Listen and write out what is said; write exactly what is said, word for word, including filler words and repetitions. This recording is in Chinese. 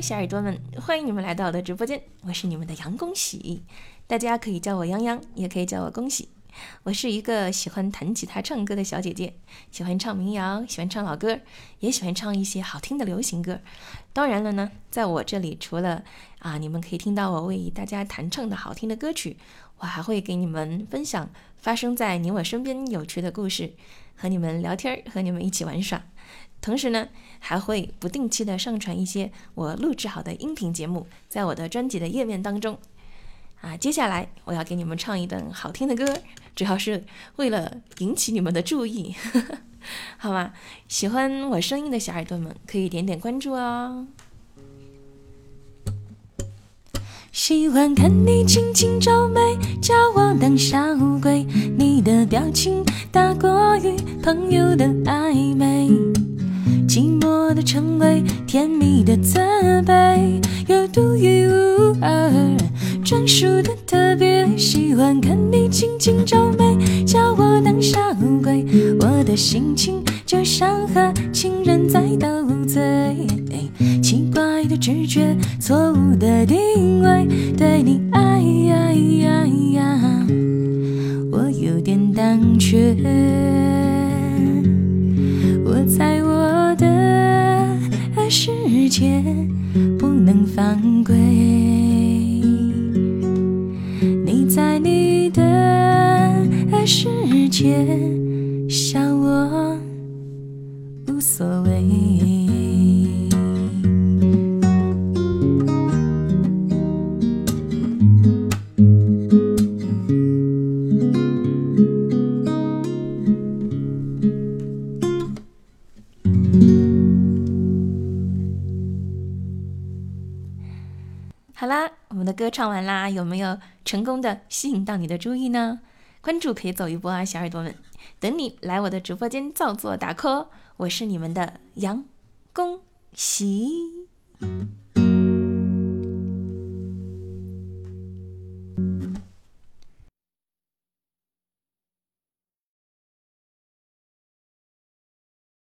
小耳朵们，欢迎你们来到我的直播间，我是你们的杨恭喜，大家可以叫我杨洋，也可以叫我恭喜。我是一个喜欢弹吉他唱歌的小姐姐，喜欢唱民谣，喜欢唱老歌，也喜欢唱一些好听的流行歌。当然了呢，在我这里除了啊，你们可以听到我为大家弹唱的好听的歌曲，我还会给你们分享发生在你我身边有趣的故事，和你们聊天，和你们一起玩耍。同时呢，还会不定期的上传一些我录制好的音频节目，在我的专辑的页面当中。啊，接下来我要给你们唱一段好听的歌，主要是为了引起你们的注意，呵呵，好吗？喜欢我声音的小耳朵们可以点点关注哦。喜欢看你轻轻皱眉，叫我当小鬼，你的表情大过于朋友的暧昧，寂寞的称谓，甜蜜的责备，有独一无二专属的特别。喜欢看你轻轻皱眉，叫我当小鬼，我的心情就像和情人在斗嘴，奇怪的直觉，错误的定位，对你爱呀呀呀，我有点胆怯，我在我的世界不能犯规，你在你的世界笑我无所谓。好啦，我们的歌唱完啦，有没有成功的吸引到你的注意呢？关注可以走一波啊，小耳朵们，等你来我的直播间造作打 call，我是你们的杨恭喜。